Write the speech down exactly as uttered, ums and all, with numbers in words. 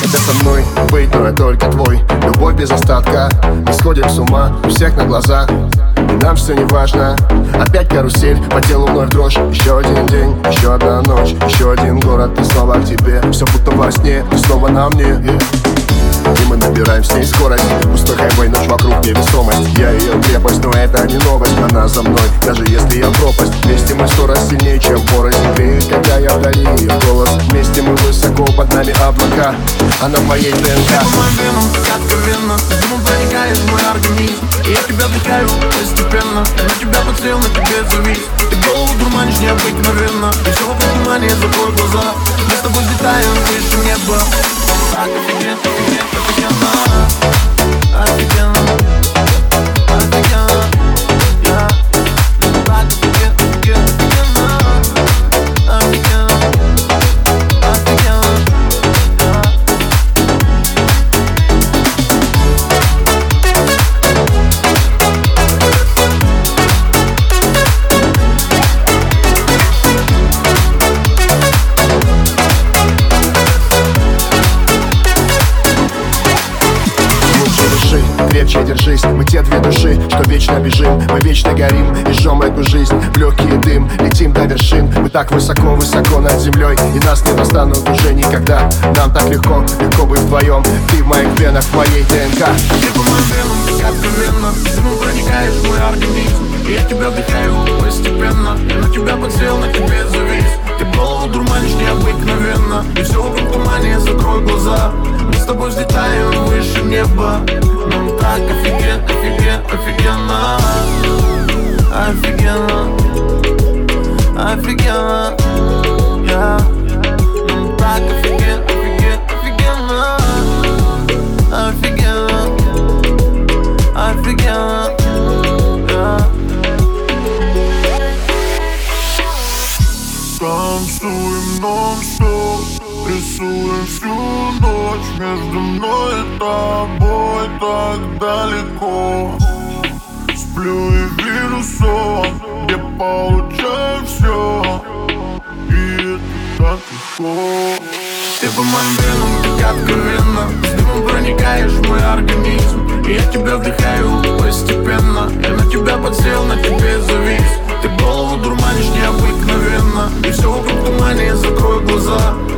хотят со мной быть, но я только твой. Любовь без остатка, мы сходим с ума у всех на глазах, и нам все не важно. Опять карусель, по телу вновь дрожь. Еще один день, еще одна ночь, еще один город, и снова к тебе. Все будто во сне, ты снова на мне, yeah. И мы набираем с ней скорость. Пустой хайвей, ночь вокруг невесомость. Я ее крепость, но это не новость. Она за мной, даже если я пропасть. Вместе мы сто раз сильнее, чем порознь. Греет, когда я вдали ее голос. Вместе мы высоко, под нами облака. Она в моей ДНК. Ты по моим венам, как откровенно. Ты дымом проникаешь в мой организм, и я тебя вдыхаю постепенно. Я на тебя подсел, на тебе завис. Ты голову дурманишь необыкновенно. И все вокруг внимания, закрой глаза. Мы с тобой взлетаем выше неба. Так офигенно, офигенно, офигенно, офигенно, офигенно, yeah. Так офигенно, офигенно, офигенно, офигенно, yeah. Крепче держись, мы те две души, что вечно бежим. Мы вечно горим и жжем эту жизнь в легкий дым, летим до вершин. Мы так высоко-высоко над землей, и нас не достанут уже никогда. Нам так легко, легко быть вдвоем. Ты в моих венах, в моей ДНК. Ты по моим венам, как откровенно. Ты дымом проникаешь в мой организм, и я тебя вдыхаю постепенно. Я на тебя подсел, на тебе завис. Ты голову дурманишь необыкновенно. И все вокруг тумане, закрой глаза. Мы с тобой взлетаем выше неба. Нам так офигенно, офигенно, офигенно, офигенно, офигенно, yeah. Нам так офигенно, офигенно, офигенно, офигенно, офигенно, yeah. Танцуем нон-стоп, рисуем всю ночь. Между мной и тобой так далеко. Сплю и вижу сон, где получаю все, и это так легко. Ты по моим венам, как откровенно. С дымом проникаешь в мой организм, и я тебя вдыхаю постепенно. Я на тебя подсел, на тебе завис. Ты голову дурманишь необыкновенно. И все вокруг тумане, закрой глаза.